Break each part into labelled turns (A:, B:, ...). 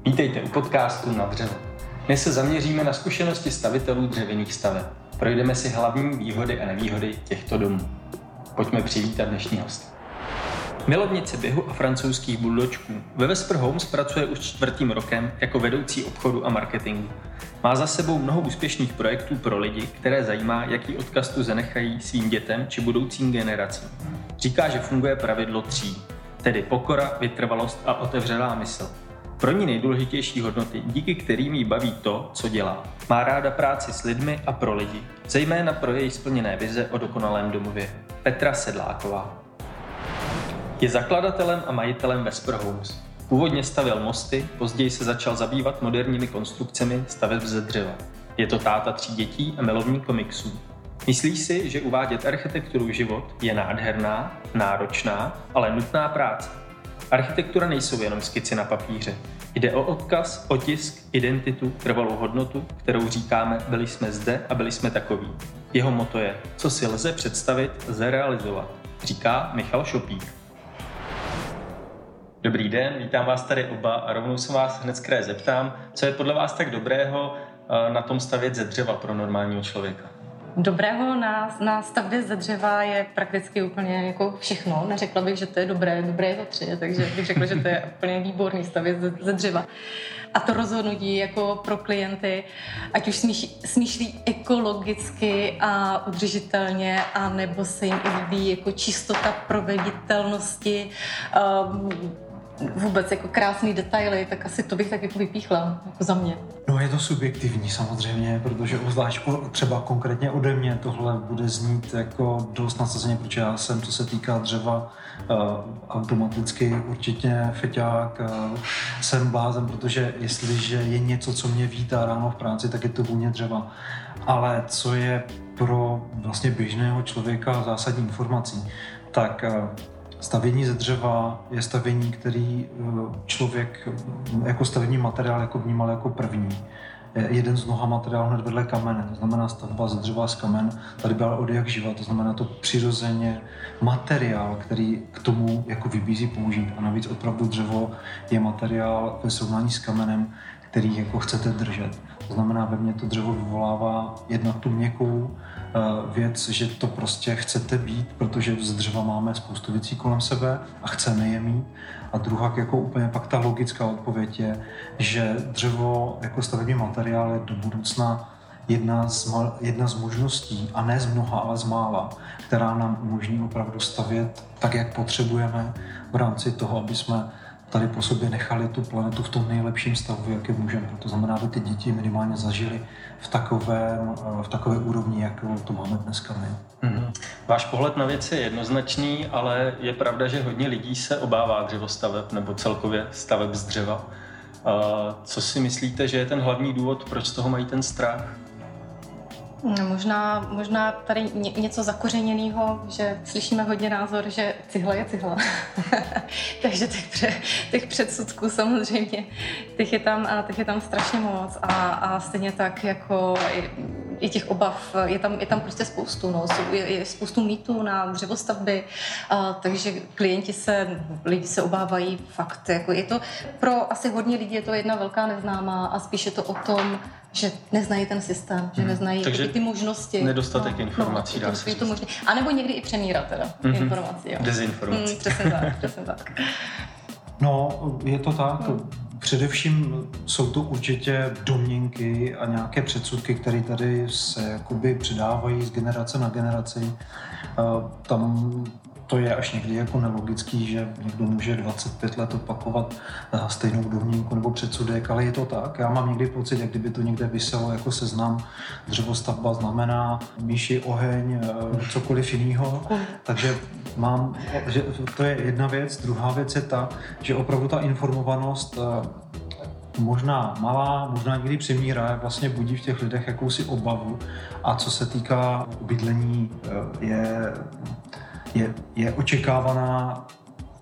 A: Vítejte u podcastu Na dřevo. Dnes se zaměříme na zkušenosti stavitelů dřevěných staveb. Projdeme si hlavní výhody a nevýhody těchto domů. Pojďme přivítat dnešní hosty. Milovnice běhu a francouzských buldočků ve Vesper Homes pracuje už 4. rokem jako vedoucí obchodu a marketingu. Má za sebou mnoho úspěšných projektů pro lidi, které zajímá, jaký odkaz tu zanechají svým dětem či budoucím generacím. Říká, že funguje pravidlo 3, tedy pokora, vytrvalost a otevřená mysl. Pro ní nejdůležitější hodnoty, díky kterým jí baví to, co dělá. Má ráda práci s lidmi a pro lidi, zejména pro její splněné vize o dokonalém domově. Petra Sedláková. Je zakladatelem a majitelem Vesper Homes. Původně stavěl mosty, později se začal zabývat moderními konstrukcemi staveb ze dřeva. Je to táta 3 dětí a milovník komiksů. Myslí si, že uvádět architekturu v život je nádherná, náročná, ale nutná práce. Architektura nejsou jenom skici na papíře. Jde o odkaz, otisk, identitu, trvalou hodnotu, kterou říkáme, byli jsme zde a byli jsme takoví. Jeho motto je, co si lze představit, lze realizovat, říká Michal Šopík. Dobrý den, vítám vás tady oba a rovnou se vás hned z kraje zeptám, co je podle vás tak dobrého na tom stavět ze dřeva pro normálního člověka?
B: Dobrého na stavbě ze dřeva je prakticky úplně jako všechno. Neřekla bych, že to je dobré je to 3, takže bych řekla, že to je úplně výborný stavět ze dřeva. A to rozhodnutí jako pro klienty, ať už smýšlí ekologicky a udržitelně, a nebo se jim i líbí jako čistota, proveditelnosti, vůbec jako krásný detaily, tak asi to bych tak jako vypíchla, jako za mě.
C: No je to subjektivní samozřejmě, protože zvlášť třeba konkrétně ode mě tohle bude znít jako dost nasazeně, protože já jsem, co se týká dřeva, automaticky určitě feťák, jsem blázen, protože jestliže je něco, co mě vítá ráno v práci, tak je to vůně dřeva. Ale co je pro vlastně běžného člověka zásadní informací, tak stavění ze dřeva je stavění, který člověk jako stavební materiál jako vnímal jako první. Jeden z mnoha materiálů hned vedle kamene, to znamená stavba ze dřeva z kamen, tady byla od jak živa, to znamená to přirozeně materiál, který k tomu jako vybízí použít. A navíc opravdu dřevo je materiál ve srovnání s kamenem, který jako chcete držet. To znamená, ve mně to dřevo vyvolává jednak tu měkkou věc, že to prostě chcete být, protože z dřeva máme spoustu věcí kolem sebe a chceme je mít. A druhá jako úplně pak ta logická odpověď je, že dřevo jako stavební materiál je do budoucna jedna z možností, a ne z mnoha, ale z mála, která nám umožní opravdu stavět tak, jak potřebujeme v rámci toho, aby jsme tady po sobě nechali tu planetu v tom nejlepším stavu, jak je můžeme. To znamená, aby ty děti minimálně zažili v takové úrovni, jak to máme dneska my.
A: Mm-hmm. Váš pohled na věc je jednoznačný, ale je pravda, že hodně lidí se obává dřevostaveb nebo celkově staveb z dřeva. Co si myslíte, že je ten hlavní důvod, proč z toho mají ten strach?
B: Možná tady něco zakořeněného, že slyšíme hodně názor, že cihla je cihla. Takže těch předsudků samozřejmě, těch je tam strašně moc a stejně tak jako i těch obav, je tam prostě spoustu. No. Je spoustu mýtů na dřevostavby, takže lidi se obávají fakt. Jako je to pro asi hodně lidí je to jedna velká neznámá a spíše to o tom, že neznají ten systém, že neznají ty možnosti.
A: Nedostatek informací, dá se říct.
B: A nebo někdy i přemíra teda informací. Jo.
A: Dezinformací.
B: Přesně tak.
C: No, je to tak. Především jsou to určitě domněnky a nějaké předsudky, které tady se jakoby předávají z generace na generaci. Tam to je až někdy jako nelogický, že někdo může 25 let opakovat stejnou domněnku nebo předsudek, ale je to tak. Já mám někdy pocit, jak kdyby to někde viselo jako seznam. Dřevostavba znamená myši, oheň, cokoliv jiného. Takže že to je jedna věc. Druhá věc je ta, že opravdu ta informovanost možná malá, možná někdy přemírá, jak vlastně budí v těch lidech jakousi obavu. A co se týká bydlení, je očekávaná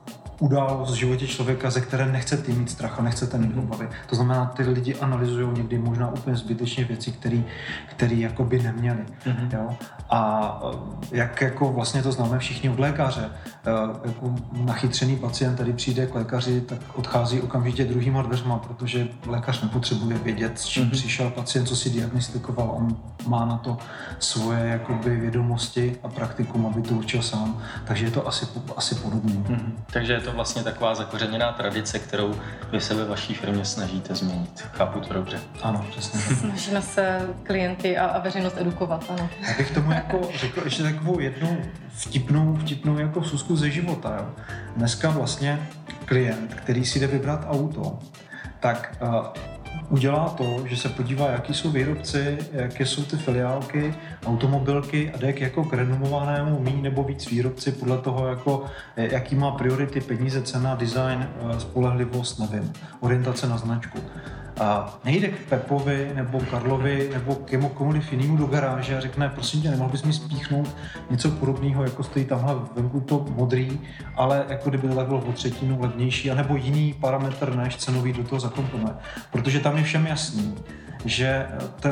C: událost v životě člověka, ze které nechcete mít strach a nechcete mít obavy. To znamená, ty lidi analyzují někdy možná úplně zbytečně věci, které jako by neměli. Jo? A jak jako vlastně to známe všichni od lékaře, jako nachytřený pacient, který přijde k lékaři, tak odchází okamžitě druhýma dveřma, protože lékař nepotřebuje vědět, s čím přišel pacient, co si diagnostikoval. On má na to svoje jakoby vědomosti a praktikum, aby to určil sám. Takže je to asi podobné.
A: Takže je to vlastně taková zakořeněná tradice, kterou vy se ve vaší firmě snažíte změnit. Chápu to dobře?
C: Ano, přesně.
B: Snažíme se klienty a veřejnost edukovat, ano.
C: Já bych tomu jako řekl ještě takovou jednu vtipnou jako vsuvku ze života. Jo. Dneska vlastně klient, který si jde vybrat auto, tak udělá to, že se podívá, jaký jsou výrobci, jaké jsou ty filiálky, automobilky a jde jako k renomovanému míň nebo víc výrobci podle toho, jako, jaký má priority, peníze, cena, design, spolehlivost, nevím, orientace na značku. A nejde k Pepovi nebo Karlovi nebo k komukoliv jinému do garáže a řekne, prosím tě, nemohl bys mi spíchnout něco podobného, jako stojí tamhle venku to modrý, ale jako kdyby to tak bylo o třetinu levnější, anebo jiný parametr než cenový do toho zakomponuje. Protože tam je všem jasný, že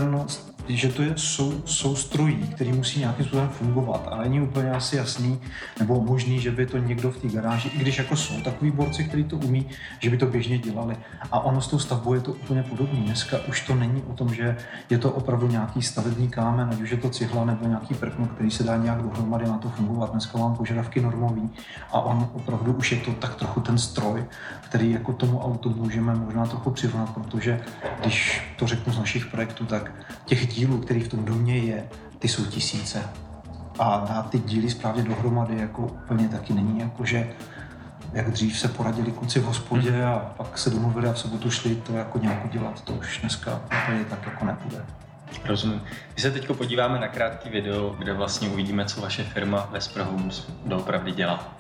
C: to je soustrojí, který musí nějakým způsobem fungovat a není úplně asi jasný nebo možný, že by to někdo v té garáži, i když jako jsou takový borci, kteří to umí, že by to běžně dělali. A ono s tou stavbou je to úplně podobné. Dneska už to není o tom, že je to opravdu nějaký stavební kámen, ať už je to cihla nebo nějaký prkno, který se dá nějak dohromady na to fungovat. Dneska mám požadavky normový a on opravdu už je to tak trochu ten stroj, který jako tomu autu můžeme možná trochu přirovnat, protože když to řeknu z našich projektů, tak těch dílů, který v tom domě je, ty jsou tisíce. A dát ty díly správně dohromady jako úplně taky není, jakože jak dřív se poradili kluci v hospodě a pak se domluvili a v sobotu šli to jako nějak udělat, to už dneska úplně tak jako nebude.
A: Rozumím. My se teď podíváme na krátký video, kde vlastně uvidíme, co vaše firma Vesper Homes doopravdy dělá.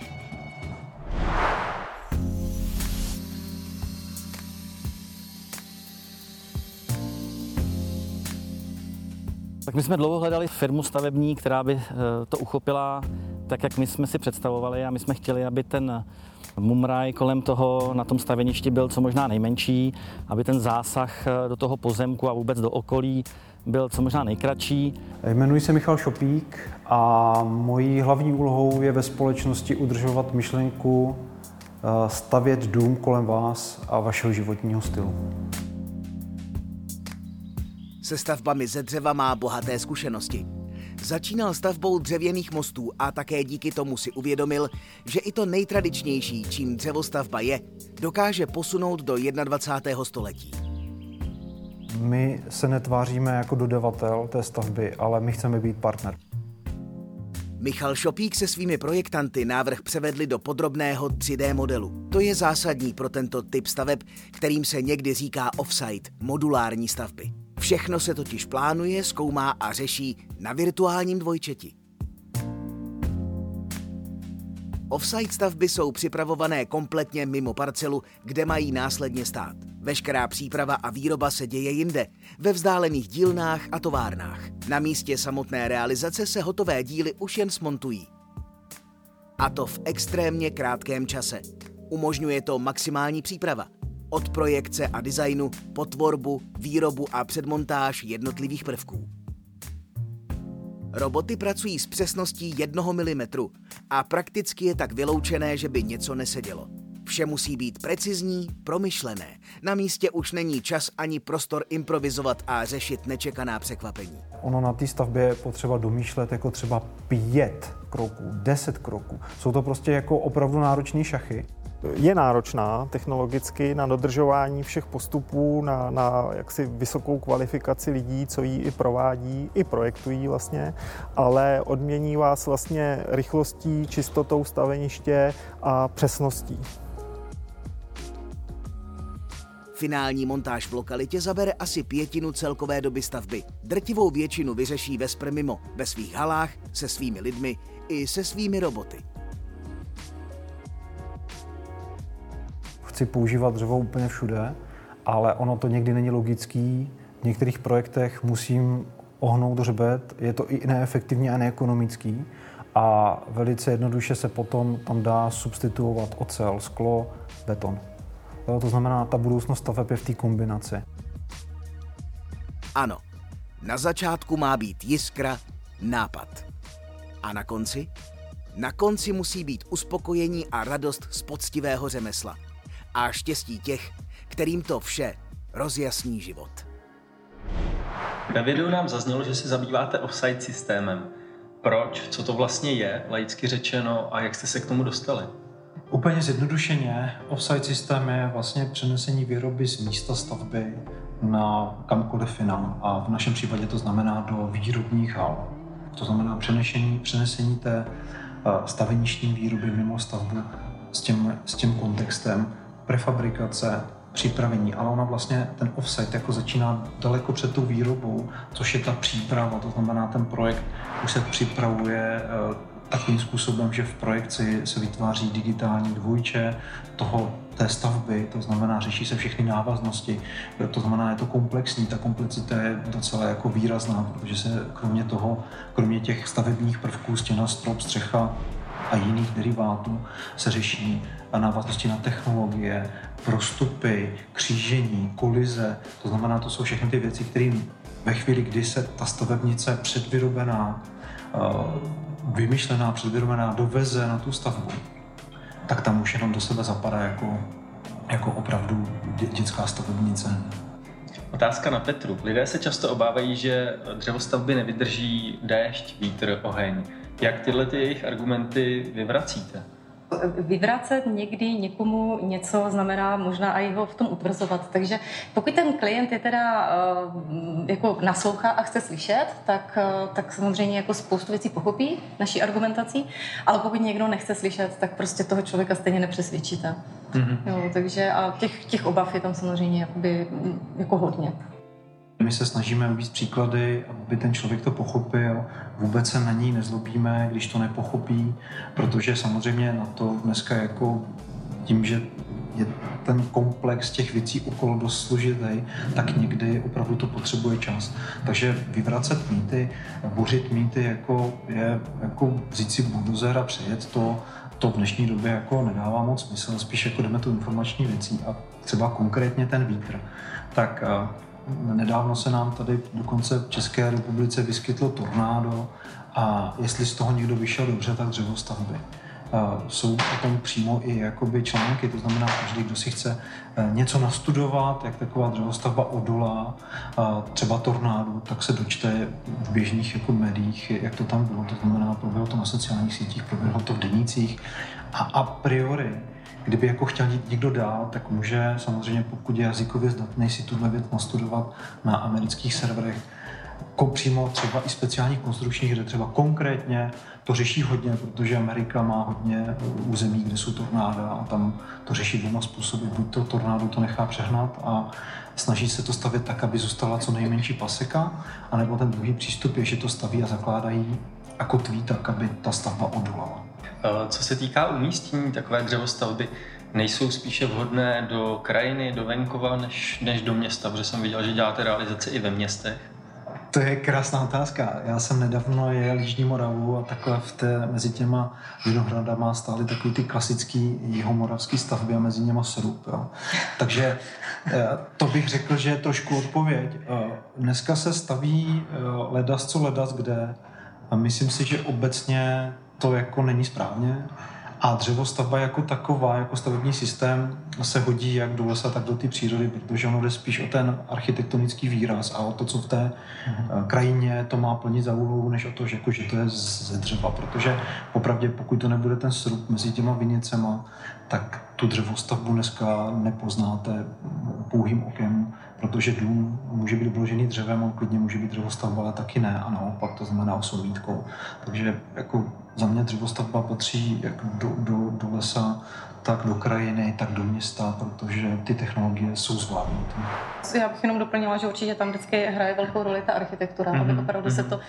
D: Tak my jsme dlouho hledali firmu stavební, která by to uchopila tak, jak my jsme si představovali a my jsme chtěli, aby ten mumraj kolem toho na tom staveništi byl co možná nejmenší, aby ten zásah do toho pozemku a vůbec do okolí byl co možná nejkratší.
E: Jmenuji se Michal Šopík a mojí hlavní úlohou je ve společnosti udržovat myšlenku stavět dům kolem vás a vašeho životního stylu.
F: Se stavbami ze dřeva má bohaté zkušenosti. Začínal stavbou dřevěných mostů a také díky tomu si uvědomil, že i to nejtradičnější, čím dřevostavba je, dokáže posunout do 21. století.
E: My se netváříme jako dodavatel té stavby, ale my chceme být partner.
F: Michal Šopík se svými projektanty návrh převedli do podrobného 3D modelu. To je zásadní pro tento typ staveb, kterým se někdy říká offsite, modulární stavby. Všechno se totiž plánuje, zkoumá a řeší na virtuálním dvojčeti. Offsite stavby jsou připravované kompletně mimo parcelu, kde mají následně stát. Veškerá příprava a výroba se děje jinde, ve vzdálených dílnách a továrnách. Na místě samotné realizace se hotové díly už jen smontují. A to v extrémně krátkém čase. Umožňuje to maximální příprava. Od projekce a designu po tvorbu, výrobu a předmontáž jednotlivých prvků. Roboty pracují s přesností 1 mm a prakticky je tak vyloučené, že by něco nesedělo. Vše musí být precizní, promyšlené. Na místě už není čas ani prostor improvizovat a řešit nečekaná překvapení.
E: Ono na té stavbě je potřeba domýšlet jako třeba 5 kroků, 10 kroků. Jsou to prostě jako opravdu náročné šachy.
G: Je náročná technologicky na dodržování všech postupů, na jaksi vysokou kvalifikaci lidí, co ji i provádí, i projektují vlastně, ale odmění vás vlastně rychlostí, čistotou staveniště a přesností.
F: Finální montáž v lokalitě zabere asi 1/5 celkové doby stavby. Drtivou většinu vyřeší Vesper mimo, ve svých halách, se svými lidmi i se svými roboty.
E: Chci používat dřevo úplně všude, ale ono to někdy není logický. V některých projektech musím ohnout hřbet, je to i neefektivní a neekonomický a velice jednoduše se potom tam dá substituovat ocel, sklo, beton. To znamená, ta budoucnost staveb je v té kombinaci.
F: Ano, na začátku má být jiskra, nápad. A na konci? Na konci musí být uspokojení a radost z poctivého řemesla. A štěstí těch, kterým to vše rozjasní život.
A: Ve videu nám zaznělo, že se zabýváte offsite systémem. Proč? Co to vlastně je, laicky řečeno, a jak jste se k tomu dostali?
C: Úplně zjednodušeně, offsite systém je vlastně přenesení výroby z místa stavby na kamkoliv jinam. A v našem případě to znamená do výrobních hal. To znamená přenesení té staveništní výroby mimo stavbu s tím kontextem prefabrikace, připravení, ale ona vlastně, ten offsite jako začíná daleko před tou výrobou, což je ta příprava, to znamená, ten projekt už se připravuje takovým způsobem, že v projekci se vytváří digitální dvojče té stavby, to znamená, řeší se všechny návaznosti, to znamená, je to komplexní, ta komplexita je docela jako výrazná, protože se kromě těch stavebních prvků, stěna, strop, střecha a jiných derivátů se řeší návaznosti na technologie, prostupy, křížení, kolize, to znamená, to jsou všechny ty věci, které ve chvíli, kdy se ta stavebnice předvyrobená, vymyšlená, předvyrobená doveze na tu stavbu, tak tam už jenom do sebe zapadá jako opravdu dětská stavebnice.
A: Otázka na Petru. Lidé se často obávají, že dřevostavby nevydrží déšť, vítr, oheň. Jak tyhle jejich argumenty vyvracíte?
B: Vyvracet někdy někomu něco znamená možná i ho v tom utvrzovat. Takže pokud ten klient je teda jako naslouchá a chce slyšet, tak samozřejmě jako spoustu věcí pochopí naší argumentací, ale pokud někdo nechce slyšet, tak prostě toho člověka stejně nepřesvědčíte. Mm-hmm. Jo, takže a těch obav je tam samozřejmě jako hodně.
C: My se snažíme uvést příklady, aby ten člověk to pochopil. Vůbec se na ní nezlobíme, když to nepochopí, protože samozřejmě na to dneska jako tím, že je ten komplex těch věcí okolo dost složitý, tak někdy opravdu to potřebuje čas. Takže vyvracet mýty, bořit mýty je vzít si buldozer a přejet to v dnešní době jako nedává moc smysl, spíš jako jdeme tu informační věcí a třeba konkrétně ten vítr. Tak nedávno se nám tady dokonce v České republice vyskytlo tornádo a jestli z toho někdo vyšel dobře, tak dřevostavby. Jsou o tom přímo i jakoby články, to znamená, každý, kdo si chce něco nastudovat, jak taková dřevostavba odolá třeba tornádu, tak se dočte v běžných jako médiích, jak to tam bylo. To znamená, proběhlo to na sociálních sítích, proběhlo to v denících a priori, kdyby jako chtěl jít někdo dál, tak může samozřejmě, pokud je jazykově zdatný, si tuhle věc nastudovat na amerických serverech. Přímo třeba i speciálních konstrukčních, kde třeba konkrétně to řeší hodně, protože Amerika má hodně území, kde jsou tornáda a tam to řeší dvěma způsoby. Buď to tornádo to nechá přehnat a snaží se to stavět tak, aby zůstala co nejmenší paseka, anebo ten druhý přístup je, že to staví a zakládají a kotví tak, aby ta stavba odolala.
A: Co se týká umístění takové dřevostavby, nejsou spíše vhodné do krajiny, do venkova, než do města, protože jsem viděl, že děláte realizaci i ve městech.
C: To je krásná otázka. Já jsem nedávno jel Jižní Moravu a takhle mezi těma vinohradama stály takový ty klasický jihomoravský stavby a mezi něma srub. Jo. Takže to bych řekl, že je trošku odpověď. Dneska se staví ledas kde a myslím si, že obecně to jako není správně. A dřevostavba jako taková, jako stavební systém se hodí jak do lesa, tak do té přírody, protože ono jde spíš o ten architektonický výraz a o to, co v té krajině to má plnit za úlohu, než o to, že to je ze dřeva. Protože popravdě, pokud to nebude ten srub mezi těma vinicema, tak tu dřevostavbu dneska nepoznáte pouhým okem, protože dům může být obložený dřevem, on klidně může být dřevostavba, ale taky ne a naopak, to znamená osovítkou. Takže jako za mě dřevostavba patří jak do lesa, tak do krajiny, tak do města, protože ty technologie jsou zvládnuté.
B: Já bych jenom doplnila, že určitě tam vždycky hraje velkou roli ta architektura, aby opravdu se to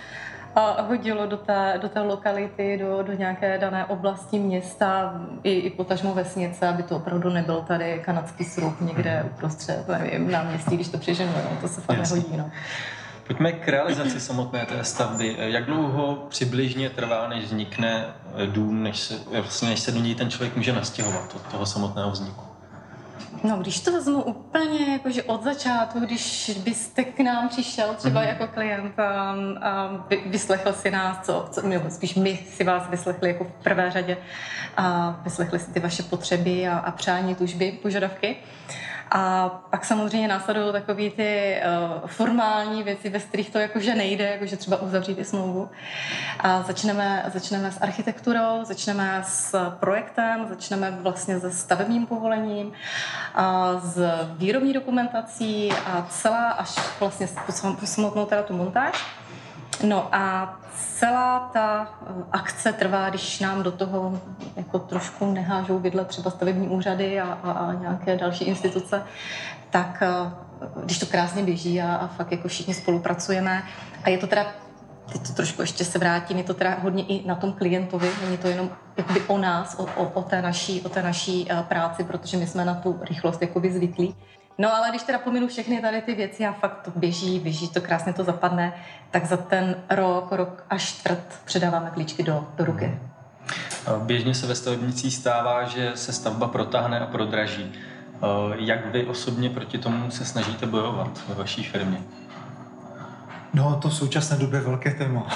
B: hodilo do té lokality, do nějaké dané oblasti města i potažmo vesnice, aby to opravdu nebyl tady kanadský srub někde uprostřed, nevím, náměstí, když to přeženu, to se fakt nehodí. No.
A: Pojďme k realizaci samotné té stavby. Jak dlouho přibližně trvá, než vznikne dům, než se do něj ten člověk může nastěhovat od toho samotného vzniku?
B: No, když to vezmu úplně jakože od začátku, když byste k nám přišel třeba jako klient a vyslechl si nás, spíš my si vás vyslechli jako v prvé řadě a vyslechli si ty vaše potřeby a přání, tužby, požadavky. A pak samozřejmě následují takové ty formální věci, bez kterých to jakože nejde, jakože třeba uzavřít i smlouvu. A začneme s architekturou, začneme s projektem, začneme vlastně se stavebním povolením, a s výrobní dokumentací a celá až vlastně po samotnou teda tu montáž. No a celá ta akce trvá, když nám do toho jako trošku nehážou vidle třeba stavební úřady a nějaké další instituce, tak když to krásně běží a fakt jako všichni spolupracujeme a je to teda, teď to trošku ještě se vrátím, je to teda hodně i na tom klientovi, není to jenom jakoby o nás, o té naší práci, protože my jsme na tu rychlost jakoby zvyklí. No ale když teda pominu všechny tady ty věci a fakt to běží to krásně to zapadne, tak za ten rok až čtvrt předáváme klíčky do ruky.
A: Běžně se ve stavebnictví stává, že se stavba protáhne a prodraží. Jak vy osobně proti tomu se snažíte bojovat ve vaší firmě?
C: No, to v současné době je velké téma.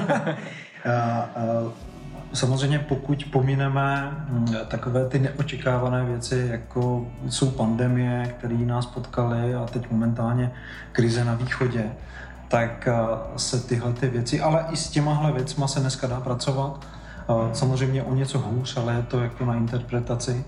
C: Samozřejmě pokud pomineme takové ty neočekávané věci, jako jsou pandemie, které nás potkaly a teď momentálně krize na východě, tak se tyhle ty věci, ale i s těmahle věcma se dneska dá pracovat. Samozřejmě o něco hůř, ale je to jako na interpretaci,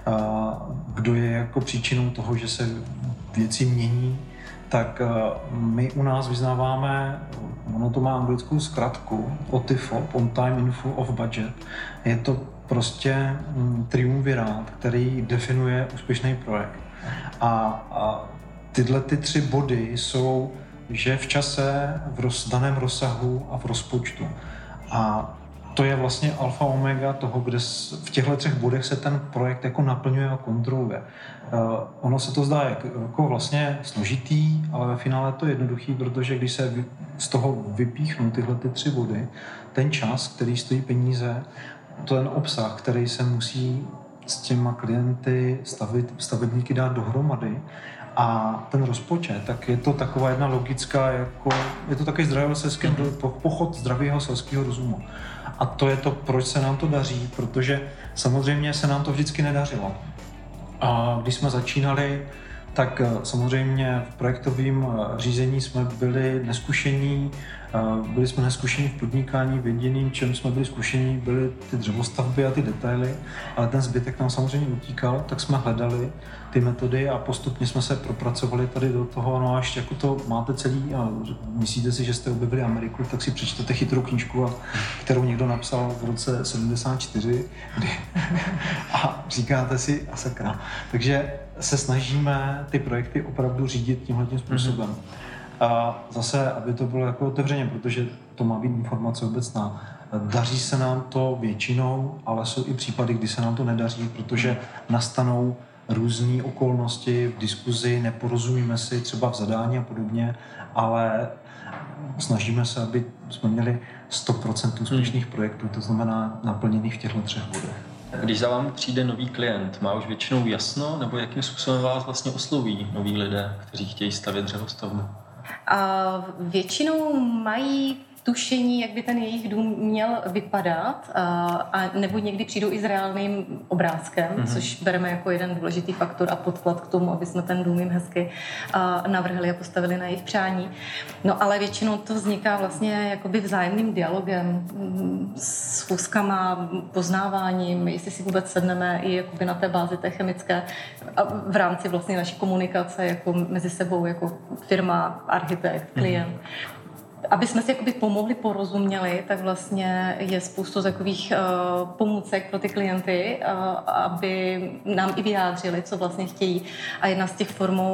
C: kdo je jako příčinou toho, že se věci mění. Tak my u nás vyznáváme, ono to má anglickou zkratku, OTIFOB, On Time in Full of Budget. Je to prostě triumvirát, který definuje úspěšný projekt. A tyhle ty 3 body jsou, že v čase, v daném rozsahu a v rozpočtu. A to je vlastně alfa omega toho, kde v těchto 3 bodech se ten projekt jako naplňuje a kontroluje. Ono se to zdá jako vlastně složitý, ale ve finále to je jednoduchý, protože když se z toho vypíchnou tyhle 3 body, ten čas, který stojí peníze, ten obsah, který se musí s těma klienty stavebníky dát dohromady, a ten rozpočet, tak je to taková jedna logická, jako, je to takový pochod zdravého selského rozumu. A to je to, proč se nám to daří, protože samozřejmě se nám to vždycky nedařilo. A když jsme začínali, tak samozřejmě v projektovém řízení jsme byli neskušení, byli jsme neskušení v podnikání, v jediným, čem jsme byli zkušení, byly ty dřevostavby a ty detaily, ale ten zbytek nám samozřejmě utíkal, tak jsme hledali ty metody a postupně jsme se propracovali tady do toho, no a ještě jako to máte celý a myslíte si, že jste objevili Ameriku, tak si přečtete chytrou knížku, kterou někdo napsal v roce 74 a říkáte si a sakra. Takže se snažíme ty projekty opravdu řídit tímhletím způsobem. A zase, aby to bylo jako otevřeně, protože to má být informace obecná. Daří se nám to většinou, ale jsou i případy, kdy se nám to nedaří, protože nastanou různé okolnosti v diskuzi, neporozumíme si třeba v zadání a podobně, ale snažíme se, aby jsme měli 100% úspěšných projektů, to znamená naplněných v těchto 3 bodech.
A: Když za vámi přijde nový klient, má už většinou jasno, nebo jakým způsobem vás vlastně osloví noví lidé, kteří chtějí stavět dřevostavbu?
B: Většinou mají tušení, jak by ten jejich dům měl vypadat, a nebo někdy přijdou i s reálným obrázkem, což bereme jako jeden důležitý faktor a podklad k tomu, aby jsme ten dům jim hezky navrhli a postavili na jejich přání. No ale většinou to vzniká vlastně jakoby vzájemným dialogem, schůzkama, poznáváním, jestli si vůbec sedneme i jakoby na té bázi té chemické a v rámci vlastně naší komunikace jako mezi sebou, jako firma, architekt, klient. Aby jsme si jakoby pomohli, porozuměli, tak vlastně je spoustu takových pomůcek pro ty klienty, aby nám i vyjádřili, co vlastně chtějí. A jedna z těch forem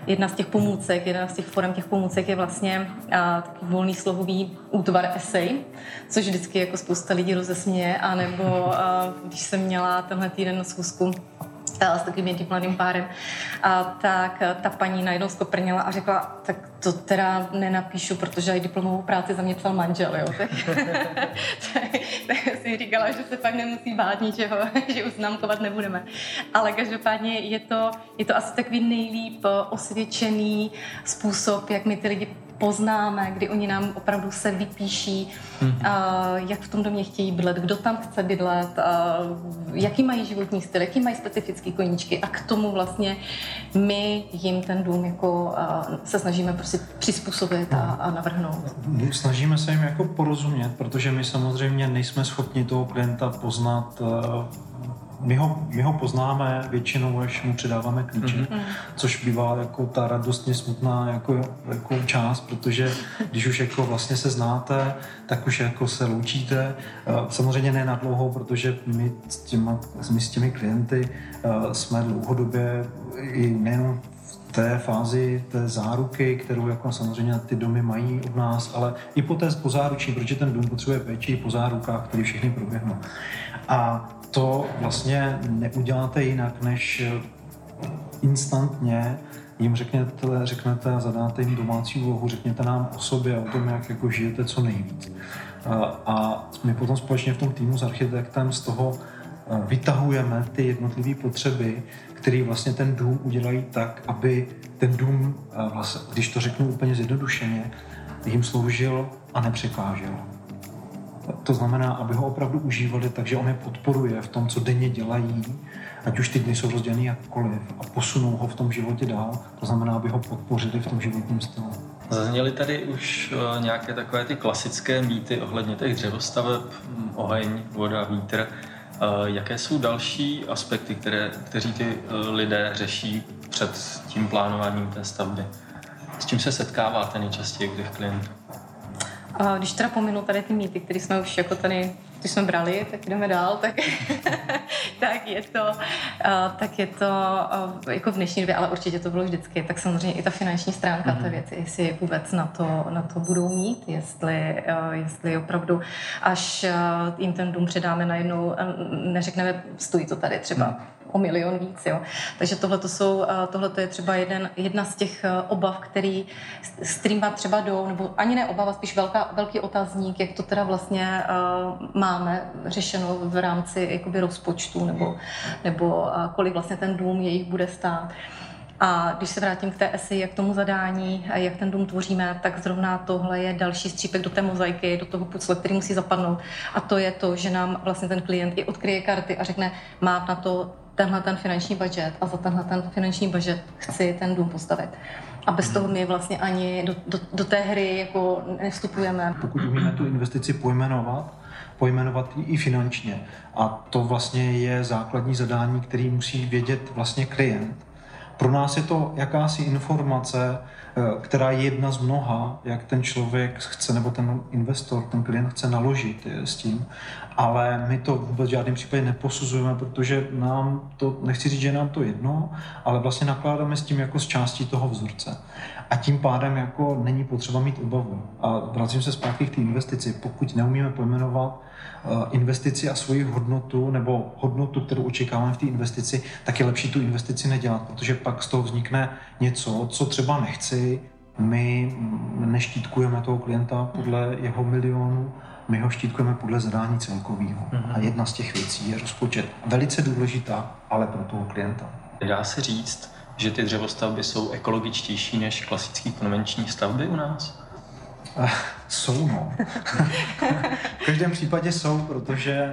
B: těch pomůcek je vlastně takový volný slohový útvar esej, což vždycky jako spousta lidí rozesměje, anebo když jsem měla tenhle týden schůzku s takovým jedním mladým párem, tak ta paní najednou skoprnila a řekla, tak to teda nenapíšu, protože i diplomovou práci za mě psal manžel, jo. Tak si říkala, že se fakt nemusí bát ničeho, že už známkovat nebudeme. Ale každopádně je to asi takový nejlíp osvědčený způsob, jak my ty lidi poznáme, kdy oni nám opravdu se vypíší, jak v tom domě chtějí bydlet, kdo tam chce bydlet, jaký mají životní styl, jaký mají specifické koníčky a k tomu vlastně my jim ten dům jako se snažíme prostě přizpůsobit a navrhnout.
C: Snažíme se jim jako porozumět, protože my samozřejmě nejsme schopni toho klienta poznat. My ho poznáme většinou, až mu předáváme klíče, což bývá jako ta radostně smutná jako část, protože když už jako vlastně se znáte, tak už jako se loučíte. Samozřejmě ne na dlouho, protože my s těmi klienty jsme dlouhodobě i nejenom v té fázi té záruky, kterou jako samozřejmě ty domy mají od nás, ale i po té pozáruční, protože ten dům potřebuje péči po zárukách, které všechny proběhnou. A to vlastně neuděláte jinak, než instantně jim řeknete a zadáte jim domácí úlohu, řekněte nám o sobě a o tom, jak jako žijete co nejvíc. A my potom společně v tom týmu s architektem z toho vytahujeme ty jednotlivé potřeby, které vlastně ten dům udělají tak, aby ten dům, vlastně, když to řeknu úplně zjednodušeně, jim sloužil a nepřekážel. To znamená, aby ho opravdu užívali, takže on je podporuje v tom, co denně dělají, ať už ty dny jsou rozdělený jakkoliv a posunou ho v tom životě dál, to znamená, aby ho podpořili v tom životním stylu.
A: Zazněly tady už nějaké takové ty klasické mýty ohledně těch dřevostaveb, oheň, voda, vítr. Jaké jsou další aspekty, kteří ty lidé řeší před tím plánováním té stavby? S čím se setkáváte nejčastěji u těch klientů?
B: Když teda pominu tady ty mýty, které jsme už jako tady, když jsme brali, tak jdeme dál, tak je to jako v dnešní době, ale určitě to bylo vždycky, tak samozřejmě i ta finanční stránka té věci, jestli vůbec na to budou mít, jestli opravdu, až jim ten dům předáme najednou, neřekneme, stojí to tady třeba o 1 000 000 víc, jo. Takže tohle je třeba jedna z těch obav, s kterým vám třeba jdou, nebo ani ne obava, spíš velký otazník, jak to teda vlastně máme řešeno v rámci jakoby rozpočtu, nebo kolik vlastně ten dům jejich bude stát. A když se vrátím k té esy, jak tomu zadání, jak ten dům tvoříme, tak zrovna tohle je další střípek do té mozaiky, do toho pucle, který musí zapadnout. A to je to, že nám vlastně ten klient i odkryje karty a řekne, mám na to tenhle ten finanční budget a za tenhle ten finanční budget chci ten dům postavit. A bez toho my vlastně ani do té hry jako nevstupujeme.
C: Pokud umíme tu investici pojmenovat ji i finančně. A to vlastně je základní zadání, který musí vědět vlastně klient. Pro nás je to jakási informace, která je jedna z mnoha, jak ten člověk chce, nebo ten investor, ten klient chce naložit s tím, ale my to vůbec v žádném případě neposuzujeme, protože nám to, nechci říct, že nám to jedno, ale vlastně nakládáme s tím jako s částí toho vzorce. A tím pádem jako není potřeba mít obavu. A vracím se zpátky k té investici. Pokud neumíme pojmenovat investici a svoji hodnotu, nebo hodnotu, kterou očekáváme v té investici, tak je lepší tu investici nedělat, protože pak z toho vznikne něco, co třeba nechci. My neštítkujeme toho klienta podle jeho milionu, my ho štítkujeme podle zadání celkového. A jedna z těch věcí je rozpočet. Velice důležitá, ale pro toho klienta.
A: Dá se říct, že ty dřevostavby jsou ekologičtější než klasické konvenční stavby u nás?
C: Jsou, no. V každém případě jsou, protože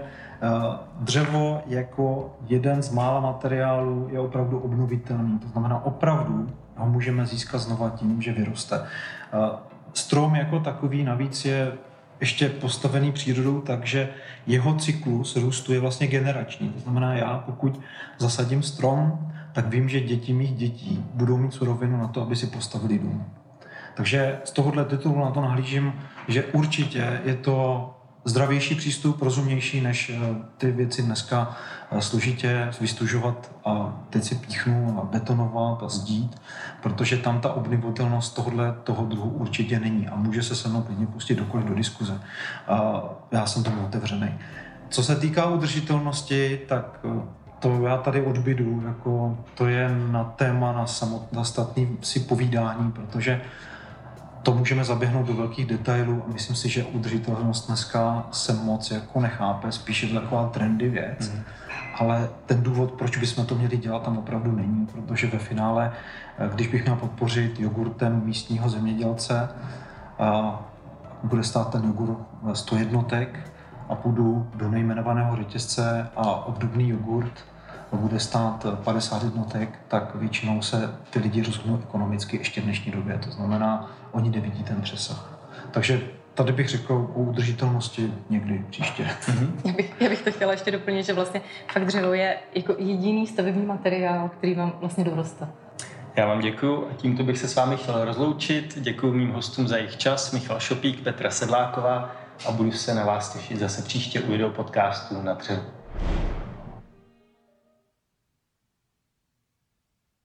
C: dřevo jako jeden z mála materiálů je opravdu obnovitelný. To znamená, opravdu ho můžeme získat znova tím, že vyroste. Strom jako takový navíc je ještě postavený přírodou, takže jeho cyklus růstu je vlastně generační. To znamená, já pokud zasadím strom, tak vím, že děti mých dětí budou mít surovinu na to, aby si postavili dům. Takže z tohohle titulu na to nahlížím, že určitě je to zdravější přístup, rozumnější, než ty věci dneska složitě vystužovat a teď si píchnu a betonovat a zdít, protože tam ta obnovitelnost toho druhu určitě není a může se mnou klidně pustit dokoliv do diskuze. Já jsem tomu otevřený. Co se týká udržitelnosti, tak To já tady odbydu, jako to je na téma na samostatné si povídání, protože to můžeme zaběhnout do velkých detailů a myslím si, že udržitelnost dneska se moc jako nechápe, spíš je to taková trendy věc. Ale ten důvod, proč bychom to měli dělat, tam opravdu není, protože ve finále, když bych měl podpořit jogurtem místního zemědělce, bude stát ten jogurt 100 jednotek a půjdu do nejmenovaného řetězce a obdobný jogurt bude stát 50 jednotek, tak většinou se ty lidi rozhodnou ekonomicky ještě v dnešní době. To znamená, oni nevidí ten přesah. Takže tady bych řekl o udržitelnosti někdy příště.
B: Já bych to chtěla ještě doplnit, že vlastně fakt dřevo je jako jediný stavební materiál, který vám vlastně doroste.
A: Já vám děkuju a tímto bych se s vámi chtěl rozloučit. Děkuju mým hostům za jejich čas, Michal Šopík, Petra Sedláková, a budu se na vás těšit zase příště u videopodcastu Na dřevu.